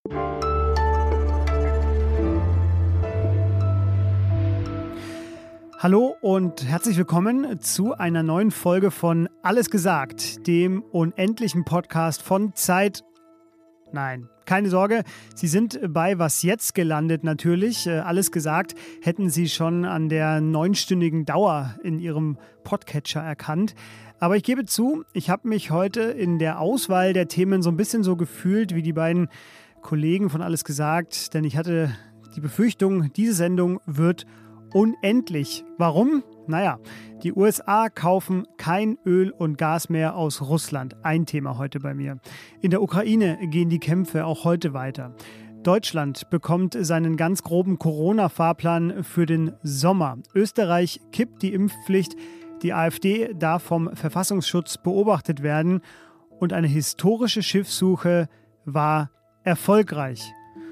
Hallo und herzlich willkommen zu einer neuen Folge von Alles gesagt, dem unendlichen Podcast von Zeit. Nein, keine Sorge, Sie sind bei Was jetzt gelandet natürlich. Alles gesagt hätten Sie schon an der 9-stündigen Dauer in Ihrem Podcatcher erkannt. Aber ich gebe zu, ich habe mich heute in der Auswahl der Themen so ein bisschen so gefühlt wie die beiden Kollegen von Alles gesagt, denn ich hatte die Befürchtung, diese Sendung wird unendlich. Warum? Naja, die USA kaufen kein Öl und Gas mehr aus Russland. Ein Thema heute bei mir. In der Ukraine gehen die Kämpfe auch heute weiter. Deutschland bekommt seinen ganz groben Corona-Fahrplan für den Sommer. Österreich kippt die Impfpflicht. Die AfD darf vom Verfassungsschutz beobachtet werden. Und eine historische Schiffssuche war erfolgreich.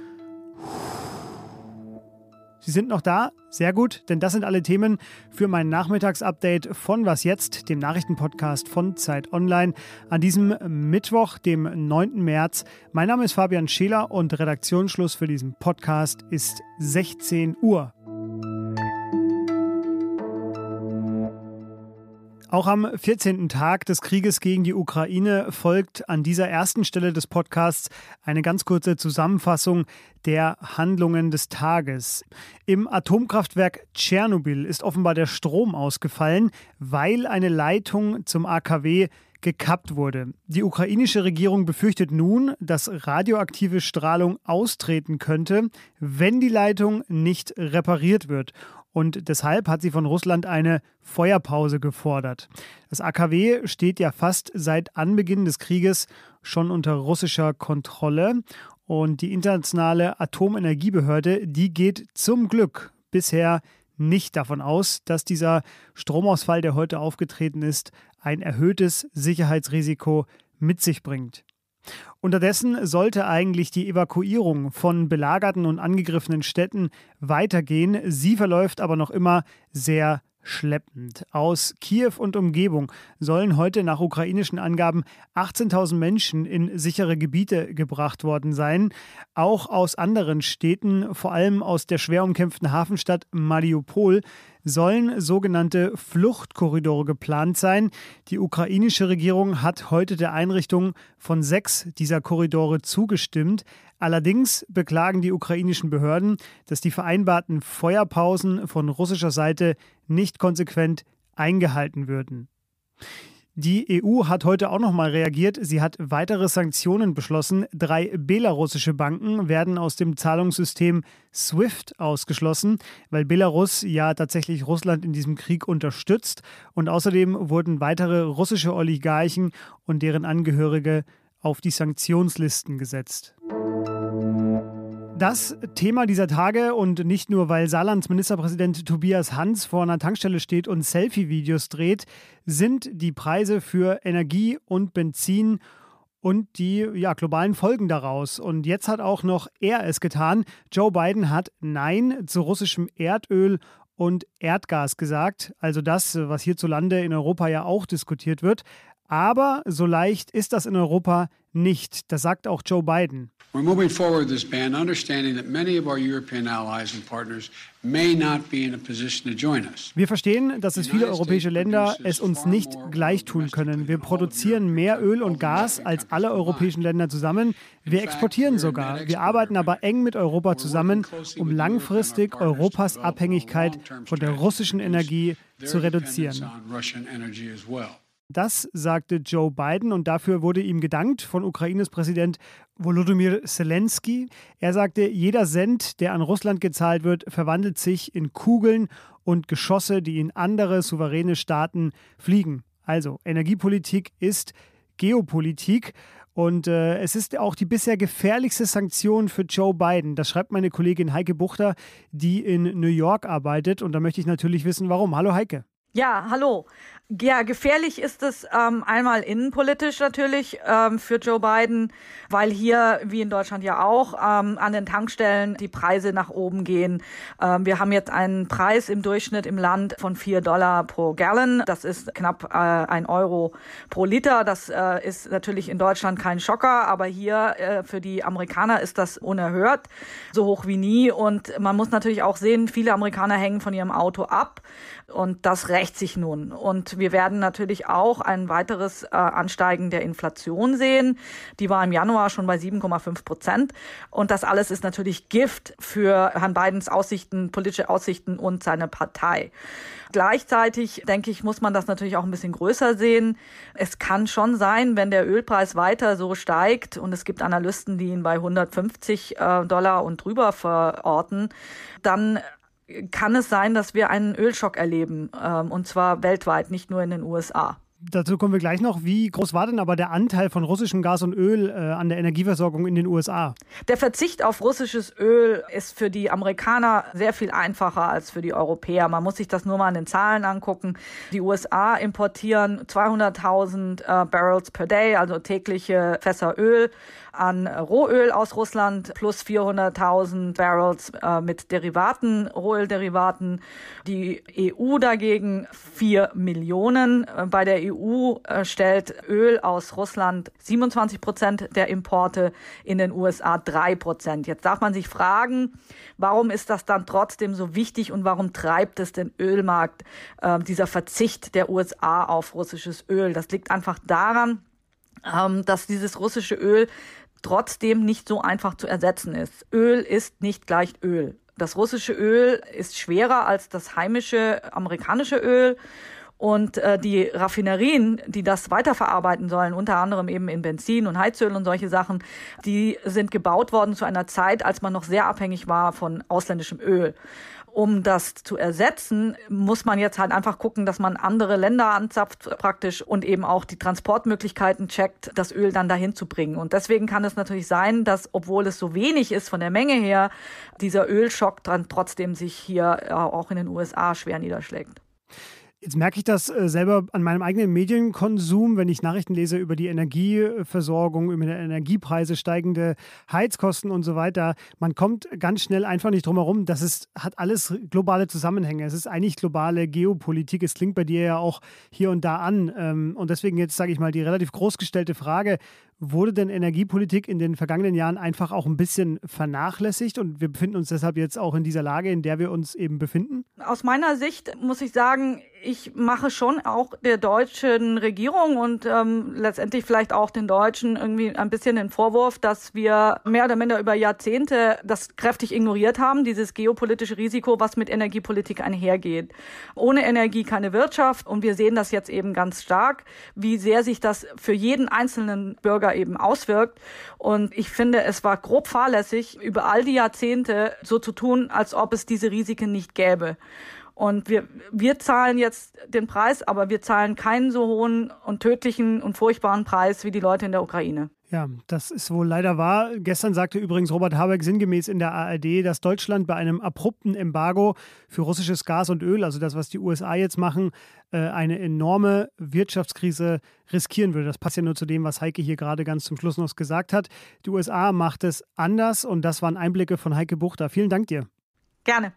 Sie sind noch da? Sehr gut, denn das sind alle Themen für mein Nachmittagsupdate von Was jetzt, dem Nachrichtenpodcast von Zeit Online, an diesem Mittwoch, dem 9. März. Mein Name ist Fabian Scheler und Redaktionsschluss für diesen Podcast ist 16 Uhr. Auch am 14. Tag des Krieges gegen die Ukraine folgt an dieser ersten Stelle des Podcasts eine ganz kurze Zusammenfassung der Handlungen des Tages. Im Atomkraftwerk Tschernobyl ist offenbar der Strom ausgefallen, weil eine Leitung zum AKW gekappt wurde. Die ukrainische Regierung befürchtet nun, dass radioaktive Strahlung austreten könnte, wenn die Leitung nicht repariert wird. Und deshalb hat sie von Russland eine Feuerpause gefordert. Das AKW steht ja fast seit Anbeginn des Krieges schon unter russischer Kontrolle. Und die internationale Atomenergiebehörde, die geht zum Glück bisher nicht davon aus, dass dieser Stromausfall, der heute aufgetreten ist, ein erhöhtes Sicherheitsrisiko mit sich bringt. Unterdessen sollte eigentlich die Evakuierung von belagerten und angegriffenen Städten weitergehen. Sie verläuft aber noch immer sehr schleppend. Aus Kiew und Umgebung sollen heute nach ukrainischen Angaben 18.000 Menschen in sichere Gebiete gebracht worden sein. Auch aus anderen Städten, vor allem aus der schwer umkämpften Hafenstadt Mariupol, sollen sogenannte Fluchtkorridore geplant sein. Die ukrainische Regierung hat heute der Einrichtung von 6 dieser Korridore zugestimmt. Allerdings beklagen die ukrainischen Behörden, dass die vereinbarten Feuerpausen von russischer Seite nicht konsequent eingehalten würden. Die EU hat heute auch noch mal reagiert. Sie hat weitere Sanktionen beschlossen. 3 belarussische Banken werden aus dem Zahlungssystem SWIFT ausgeschlossen, weil Belarus ja tatsächlich Russland in diesem Krieg unterstützt. Und außerdem wurden weitere russische Oligarchen und deren Angehörige auf die Sanktionslisten gesetzt. Das Thema dieser Tage, und nicht nur, weil Saarlands Ministerpräsident Tobias Hans vor einer Tankstelle steht und Selfie-Videos dreht, sind die Preise für Energie und Benzin und die globalen Folgen daraus. Und jetzt hat auch noch er es getan. Joe Biden hat Nein zu russischem Erdöl und Erdgas gesagt. Also das, was hierzulande in Europa ja auch diskutiert wird. Aber so leicht ist das in Europa nicht. Das sagt auch Joe Biden. We're moving forward with this ban, understanding that many of our European allies and partners may not be in a position to join us. Wir verstehen, dass es viele europäische Länder es uns nicht gleich tun können. Wir produzieren mehr Öl und Gas als alle europäischen Länder zusammen. Wir exportieren sogar. Wir arbeiten aber eng mit Europa zusammen, um langfristig Europas Abhängigkeit von der russischen Energie zu reduzieren. Das sagte Joe Biden und dafür wurde ihm gedankt von Ukraines Präsident Volodymyr Zelensky. Er sagte, jeder Cent, der an Russland gezahlt wird, verwandelt sich in Kugeln und Geschosse, die in andere souveräne Staaten fliegen. Also Energiepolitik ist Geopolitik. Und es ist auch die bisher gefährlichste Sanktion für Joe Biden. Das schreibt meine Kollegin Heike Buchter, die in New York arbeitet. Und da möchte ich natürlich wissen, warum. Hallo Heike. Ja, hallo. Ja, gefährlich ist es einmal innenpolitisch natürlich für Joe Biden, weil hier, wie in Deutschland ja auch, an den Tankstellen die Preise nach oben gehen. Wir haben jetzt einen Preis im Durchschnitt im Land von $4 pro Gallon. Das ist knapp 1 Euro pro Liter. Das ist natürlich in Deutschland kein Schocker, aber hier für die Amerikaner ist das unerhört, so hoch wie nie. Und man muss natürlich auch sehen, viele Amerikaner hängen von ihrem Auto ab. Und das rächt sich nun. Und wir werden natürlich auch ein weiteres Ansteigen der Inflation sehen. Die war im Januar schon bei 7,5%. Und das alles ist natürlich Gift für Herrn Bidens Aussichten, politische Aussichten und seine Partei. Gleichzeitig, denke ich, muss man das natürlich auch ein bisschen größer sehen. Es kann schon sein, wenn der Ölpreis weiter so steigt, und es gibt Analysten, die ihn bei $150 und drüber verorten, dann kann es sein, dass wir einen Ölschock erleben, und zwar weltweit, nicht nur in den USA. Dazu kommen wir gleich noch. Wie groß war denn aber der Anteil von russischem Gas und Öl an der Energieversorgung in den USA? Der Verzicht auf russisches Öl ist für die Amerikaner sehr viel einfacher als für die Europäer. Man muss sich das nur mal an den Zahlen angucken. Die USA importieren 200.000 Barrels per day, also tägliche Fässer Öl, an Rohöl aus Russland plus 400.000 Barrels mit Derivaten, Rohölderivaten. Die EU dagegen 4 Millionen. Bei der EU stellt Öl aus Russland 27% der Importe, in den USA 3%. Jetzt darf man sich fragen, warum ist das dann trotzdem so wichtig und warum treibt es den Ölmarkt, dieser Verzicht der USA auf russisches Öl? Das liegt einfach daran, dass dieses russische Öl trotzdem nicht so einfach zu ersetzen ist. Öl ist nicht gleich Öl. Das russische Öl ist schwerer als das heimische amerikanische Öl. Und die Raffinerien, die das weiterverarbeiten sollen, unter anderem eben in Benzin und Heizöl und solche Sachen, die sind gebaut worden zu einer Zeit, als man noch sehr abhängig war von ausländischem Öl. Um das zu ersetzen, muss man jetzt halt einfach gucken, dass man andere Länder anzapft praktisch und eben auch die Transportmöglichkeiten checkt, das Öl dann dahin zu bringen. Und deswegen kann es natürlich sein, dass, obwohl es so wenig ist von der Menge her, dieser Ölschock dann trotzdem sich hier auch in den USA schwer niederschlägt. Jetzt merke ich das selber an meinem eigenen Medienkonsum, wenn ich Nachrichten lese über die Energieversorgung, über die Energiepreise, steigende Heizkosten und so weiter. Man kommt ganz schnell einfach nicht drum herum. Hat alles globale Zusammenhänge. Es ist eigentlich globale Geopolitik. Es klingt bei dir ja auch hier und da an. Und deswegen jetzt, sage ich mal, die relativ groß gestellte Frage: Wurde denn Energiepolitik in den vergangenen Jahren einfach auch ein bisschen vernachlässigt? Und wir befinden uns deshalb jetzt auch in dieser Lage, in der wir uns eben befinden? Aus meiner Sicht muss ich sagen, ich mache schon auch der deutschen Regierung und letztendlich vielleicht auch den Deutschen irgendwie ein bisschen den Vorwurf, dass wir mehr oder minder über Jahrzehnte das kräftig ignoriert haben, dieses geopolitische Risiko, was mit Energiepolitik einhergeht. Ohne Energie keine Wirtschaft, und wir sehen das jetzt eben ganz stark, wie sehr sich das für jeden einzelnen Bürger eben auswirkt. Und ich finde, es war grob fahrlässig, über all die Jahrzehnte so zu tun, als ob es diese Risiken nicht gäbe. Und wir zahlen jetzt den Preis, aber wir zahlen keinen so hohen und tödlichen und furchtbaren Preis wie die Leute in der Ukraine. Ja, das ist wohl leider wahr. Gestern sagte übrigens Robert Habeck sinngemäß in der ARD, dass Deutschland bei einem abrupten Embargo für russisches Gas und Öl, also das, was die USA jetzt machen, eine enorme Wirtschaftskrise riskieren würde. Das passt ja nur zu dem, was Heike hier gerade ganz zum Schluss noch gesagt hat. Die USA macht es anders, und das waren Einblicke von Heike Buchter. Vielen Dank dir. Gerne.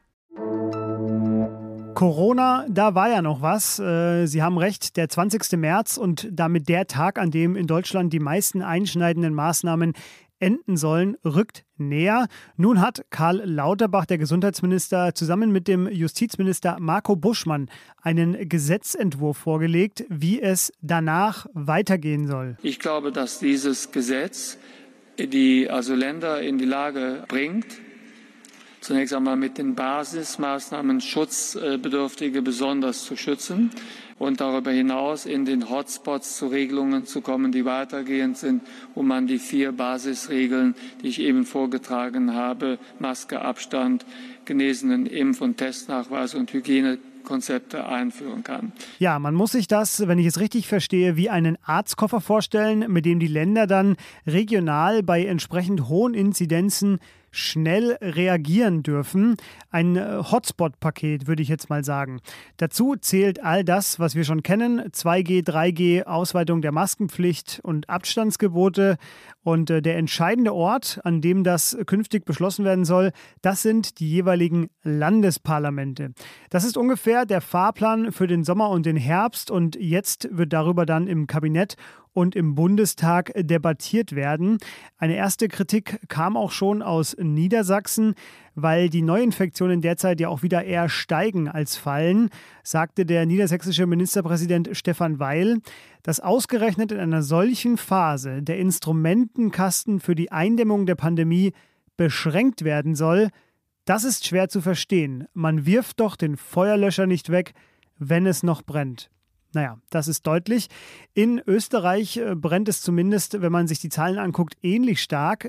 Corona, da war ja noch was. Sie haben recht, der 20. März und damit der Tag, an dem in Deutschland die meisten einschneidenden Maßnahmen enden sollen, rückt näher. Nun hat Karl Lauterbach, der Gesundheitsminister, zusammen mit dem Justizminister Marco Buschmann einen Gesetzentwurf vorgelegt, wie es danach weitergehen soll. Ich glaube, dass dieses Gesetz die Länder in die Lage bringt, zunächst einmal mit den Basismaßnahmen Schutzbedürftige besonders zu schützen und darüber hinaus in den Hotspots zu Regelungen zu kommen, die weitergehend sind, wo man die 4 Basisregeln, die ich eben vorgetragen habe, Maske, Abstand, genesenen Impf- und Testnachweis und Hygienekonzepte einführen kann. Ja, man muss sich das, wenn ich es richtig verstehe, wie einen Arztkoffer vorstellen, mit dem die Länder dann regional bei entsprechend hohen Inzidenzen schnell reagieren dürfen. Ein Hotspot-Paket, würde ich jetzt mal sagen. Dazu zählt all das, was wir schon kennen. 2G, 3G, Ausweitung der Maskenpflicht und Abstandsgebote. Und der entscheidende Ort, an dem das künftig beschlossen werden soll, das sind die jeweiligen Landesparlamente. Das ist ungefähr der Fahrplan für den Sommer und den Herbst. Und jetzt wird darüber dann im Kabinett und im Bundestag debattiert werden. Eine erste Kritik kam auch schon aus Niedersachsen, weil die Neuinfektionen derzeit ja auch wieder eher steigen als fallen, sagte der niedersächsische Ministerpräsident Stefan Weil, dass ausgerechnet in einer solchen Phase der Instrumentenkasten für die Eindämmung der Pandemie beschränkt werden soll. Das ist schwer zu verstehen. Man wirft doch den Feuerlöscher nicht weg, wenn es noch brennt. Naja, das ist deutlich. In Österreich brennt es zumindest, wenn man sich die Zahlen anguckt, ähnlich stark.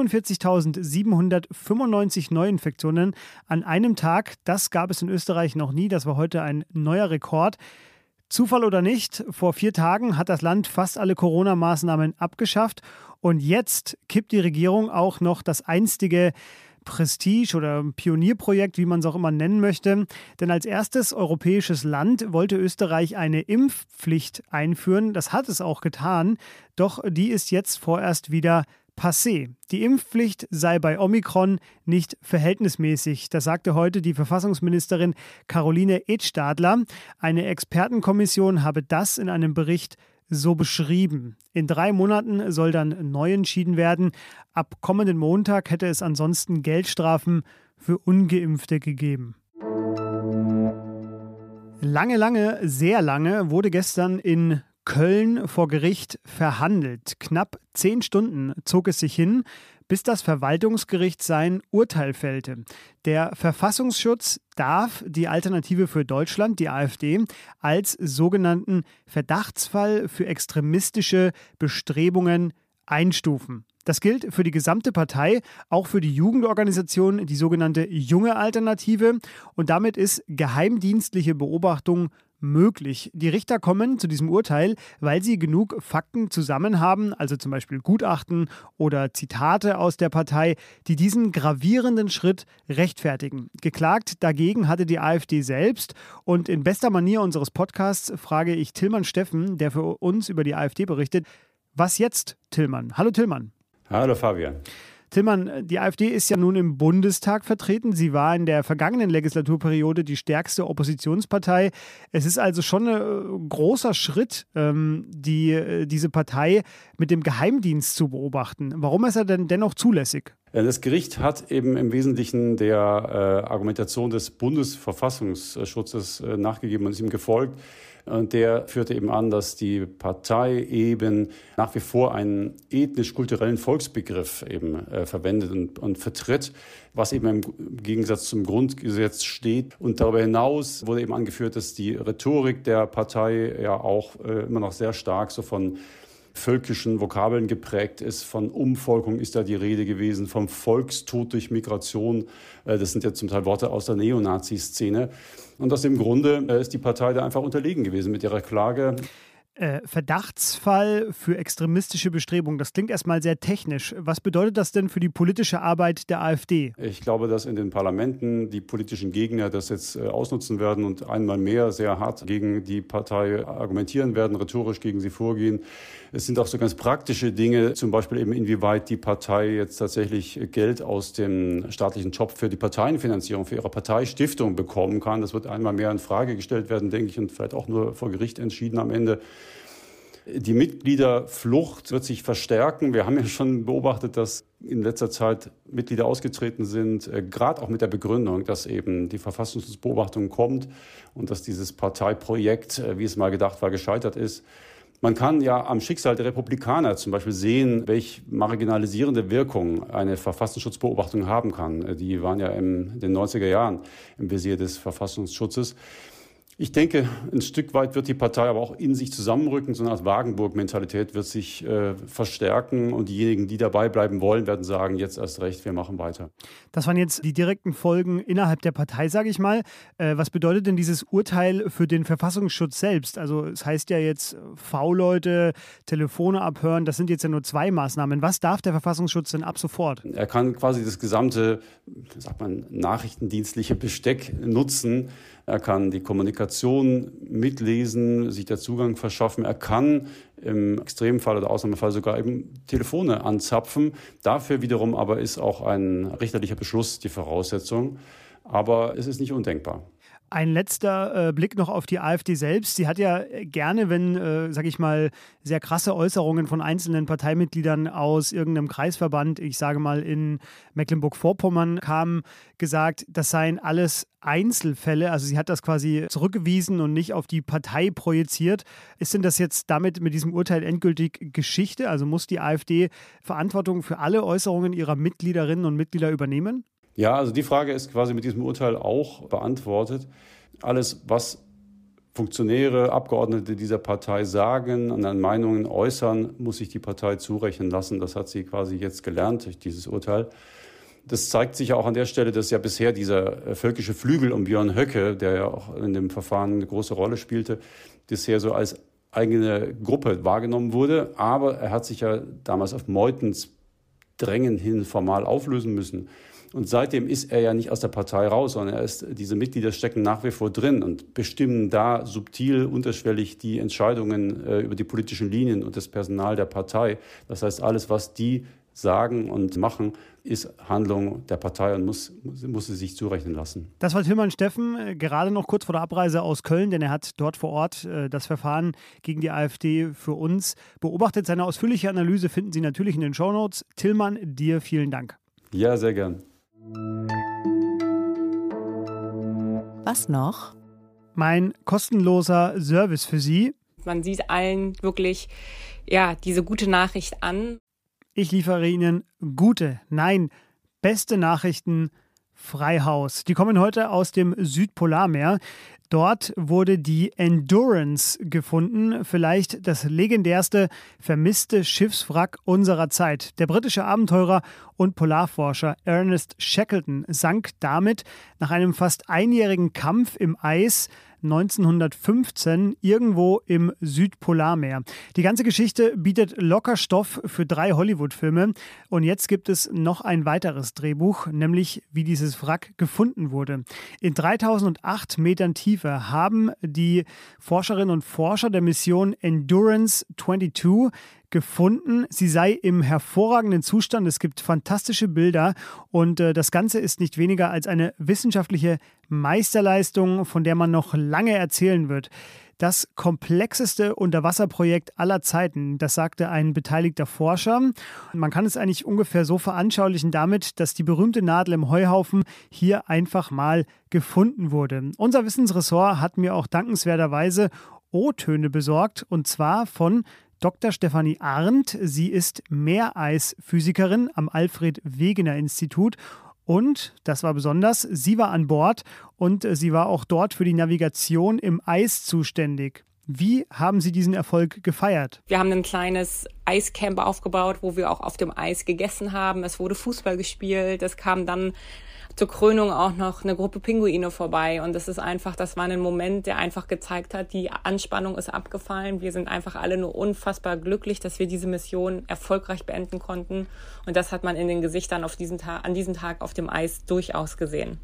47.795 Neuinfektionen an einem Tag. Das gab es in Österreich noch nie. Das war heute ein neuer Rekord. Zufall oder nicht, vor 4 Tagen hat das Land fast alle Corona-Maßnahmen abgeschafft. Und jetzt kippt die Regierung auch noch das einstige Prestige- oder Pionierprojekt, wie man es auch immer nennen möchte. Denn als erstes europäisches Land wollte Österreich eine Impfpflicht einführen. Das hat es auch getan, doch die ist jetzt vorerst wieder passé. Die Impfpflicht sei bei Omikron nicht verhältnismäßig. Das sagte heute die Verfassungsministerin Caroline Edstadler. Eine Expertenkommission habe das in einem Bericht so beschrieben. In 3 Monaten soll dann neu entschieden werden. Ab kommenden Montag hätte es ansonsten Geldstrafen für Ungeimpfte gegeben. Lange, sehr lange wurde gestern in Köln vor Gericht verhandelt. Knapp 10 Stunden zog es sich hin, bis das Verwaltungsgericht sein Urteil fällte. Der Verfassungsschutz darf die Alternative für Deutschland, die AfD, als sogenannten Verdachtsfall für extremistische Bestrebungen einstufen. Das gilt für die gesamte Partei, auch für die Jugendorganisation, die sogenannte Junge Alternative. Und damit ist geheimdienstliche Beobachtung möglich. Die Richter kommen zu diesem Urteil, weil sie genug Fakten zusammen haben, also zum Beispiel Gutachten oder Zitate aus der Partei, die diesen gravierenden Schritt rechtfertigen. Geklagt dagegen hatte die AfD selbst. Und in bester Manier unseres Podcasts frage ich Tillmann Steffen, der für uns über die AfD berichtet. Was jetzt, Tillmann? Hallo Tillmann. Hallo Fabian. Tillmann, die AfD ist ja nun im Bundestag vertreten. Sie war in der vergangenen Legislaturperiode die stärkste Oppositionspartei. Es ist also schon ein großer Schritt, diese Partei mit dem Geheimdienst zu beobachten. Warum ist er denn dennoch zulässig? Das Gericht hat eben im Wesentlichen der Argumentation des Bundesverfassungsschutzes nachgegeben und ist ihm gefolgt. Und der führte eben an, dass die Partei eben nach wie vor einen ethnisch-kulturellen Volksbegriff eben verwendet und vertritt, was eben im Gegensatz zum Grundgesetz steht. Und darüber hinaus wurde eben angeführt, dass die Rhetorik der Partei ja auch immer noch sehr stark so von völkischen Vokabeln geprägt ist. Von Umvolkung ist da die Rede gewesen, vom Volkstod durch Migration. Das sind ja zum Teil Worte aus der Neonazi-Szene. Und aus dem Grunde ist die Partei da einfach unterlegen gewesen mit ihrer Klage. Verdachtsfall für extremistische Bestrebungen. Das klingt erstmal sehr technisch. Was bedeutet das denn für die politische Arbeit der AfD? Ich glaube, dass in den Parlamenten die politischen Gegner das jetzt ausnutzen werden und einmal mehr sehr hart gegen die Partei argumentieren werden, rhetorisch gegen sie vorgehen. Es sind auch so ganz praktische Dinge, zum Beispiel eben inwieweit die Partei jetzt tatsächlich Geld aus dem staatlichen Job für die Parteienfinanzierung, für ihre Parteistiftung bekommen kann. Das wird einmal mehr in Frage gestellt werden, denke ich, und vielleicht auch nur vor Gericht entschieden am Ende. Die Mitgliederflucht wird sich verstärken. Wir haben ja schon beobachtet, dass in letzter Zeit Mitglieder ausgetreten sind, gerade auch mit der Begründung, dass eben die Verfassungsbeobachtung kommt und dass dieses Parteiprojekt, wie es mal gedacht war, gescheitert ist. Man kann ja am Schicksal der Republikaner zum Beispiel sehen, welche marginalisierende Wirkung eine Verfassungsschutzbeobachtung haben kann. Die waren ja in den 90er Jahren im Visier des Verfassungsschutzes. Ich denke, ein Stück weit wird die Partei aber auch in sich zusammenrücken. So eine Art Wagenburg-Mentalität wird sich verstärken. Und diejenigen, die dabei bleiben wollen, werden sagen, jetzt erst recht, wir machen weiter. Das waren jetzt die direkten Folgen innerhalb der Partei, sage ich mal. Was bedeutet denn dieses Urteil für den Verfassungsschutz selbst? Also es heißt ja jetzt V-Leute, Telefone abhören, das sind jetzt ja nur 2 Maßnahmen. Was darf der Verfassungsschutz denn ab sofort? Er kann quasi das gesamte, sagt man, nachrichtendienstliche Besteck nutzen. Er kann die Kommunikation mitlesen, sich der Zugang verschaffen. Er kann im Extremfall oder Ausnahmefall sogar eben Telefone anzapfen. Dafür wiederum aber ist auch ein richterlicher Beschluss die Voraussetzung. Aber es ist nicht undenkbar. Ein letzter Blick noch auf die AfD selbst. Sie hat ja gerne, wenn, sage ich mal, sehr krasse Äußerungen von einzelnen Parteimitgliedern aus irgendeinem Kreisverband, ich sage mal in Mecklenburg-Vorpommern, kamen, gesagt, das seien alles Einzelfälle. Also sie hat das quasi zurückgewiesen und nicht auf die Partei projiziert. Ist denn das jetzt damit mit diesem Urteil endgültig Geschichte? Also muss die AfD Verantwortung für alle Äußerungen ihrer Mitgliederinnen und Mitglieder übernehmen? Ja, also die Frage ist quasi mit diesem Urteil auch beantwortet. Alles, was Funktionäre, Abgeordnete dieser Partei sagen, und an Meinungen äußern, muss sich die Partei zurechnen lassen. Das hat sie quasi jetzt gelernt durch dieses Urteil. Das zeigt sich ja auch an der Stelle, dass ja bisher dieser völkische Flügel um Björn Höcke, der ja auch in dem Verfahren eine große Rolle spielte, bisher so als eigene Gruppe wahrgenommen wurde. Aber er hat sich ja damals auf Meutens Drängen hin formal auflösen müssen. Und seitdem ist er ja nicht aus der Partei raus, sondern diese Mitglieder stecken nach wie vor drin und bestimmen da subtil, unterschwellig die Entscheidungen über die politischen Linien und das Personal der Partei. Das heißt, alles, was die sagen und machen, ist Handlung der Partei und muss sie sich zurechnen lassen. Das war Tilman Steffen, gerade noch kurz vor der Abreise aus Köln, denn er hat dort vor Ort das Verfahren gegen die AfD für uns beobachtet. Seine ausführliche Analyse finden Sie natürlich in den Shownotes. Tilman, dir vielen Dank. Ja, sehr gern. Was noch? Mein kostenloser Service für Sie. Man sieht allen wirklich diese gute Nachricht an. Ich liefere Ihnen gute, nein, beste Nachrichten. Freihaus. Die kommen heute aus dem Südpolarmeer. Dort wurde die Endurance gefunden, vielleicht das legendärste vermisste Schiffswrack unserer Zeit. Der britische Abenteurer und Polarforscher Ernest Shackleton sank damit nach einem fast einjährigen Kampf im Eis 1915 irgendwo im Südpolarmeer. Die ganze Geschichte bietet locker Stoff für 3 Hollywood-Filme. Und jetzt gibt es noch ein weiteres Drehbuch, nämlich wie dieses Wrack gefunden wurde. In 3008 Metern Tiefe haben die Forscherinnen und Forscher der Mission Endurance 22 gefunden. Sie sei im hervorragenden Zustand. Es gibt fantastische Bilder und das Ganze ist nicht weniger als eine wissenschaftliche Meisterleistung, von der man noch lange erzählen wird. Das komplexeste Unterwasserprojekt aller Zeiten, das sagte ein beteiligter Forscher. Man kann es eigentlich ungefähr so veranschaulichen damit, dass die berühmte Nadel im Heuhaufen hier einfach mal gefunden wurde. Unser Wissensressort hat mir auch dankenswerterweise O-Töne besorgt und zwar von Dr. Stefanie Arndt. Sie ist Meereisphysikerin am Alfred-Wegener-Institut. Und, das war besonders, sie war an Bord und sie war auch dort für die Navigation im Eis zuständig. Wie haben Sie diesen Erfolg gefeiert? Wir haben ein kleines Eiscamp aufgebaut, wo wir auch auf dem Eis gegessen haben. Es wurde Fußball gespielt. Es kam dann zur Krönung auch noch eine Gruppe Pinguine vorbei. Und das war ein Moment, der einfach gezeigt hat, die Anspannung ist abgefallen. Wir sind einfach alle nur unfassbar glücklich, dass wir diese Mission erfolgreich beenden konnten. Und das hat man in den Gesichtern an diesem Tag auf dem Eis durchaus gesehen.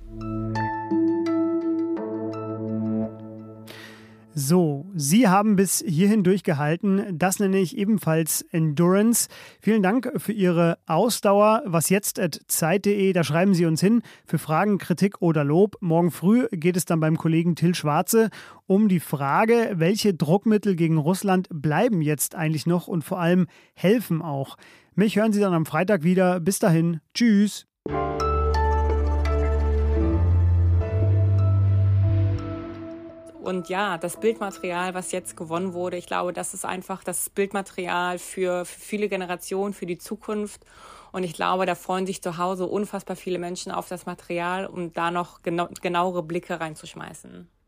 So, Sie haben bis hierhin durchgehalten. Das nenne ich ebenfalls Endurance. Vielen Dank für Ihre Ausdauer. wasjetzt@zeit.de, da schreiben Sie uns hin für Fragen, Kritik oder Lob. Morgen früh geht es dann beim Kollegen Till Schwarze um die Frage, welche Druckmittel gegen Russland bleiben jetzt eigentlich noch und vor allem helfen auch. Mich hören Sie dann am Freitag wieder. Bis dahin. Tschüss. Und ja, das Bildmaterial, was jetzt gewonnen wurde, ich glaube, das ist einfach das Bildmaterial für viele Generationen, für die Zukunft. Und ich glaube, da freuen sich zu Hause unfassbar viele Menschen auf das Material, um da noch genauere Blicke reinzuschmeißen.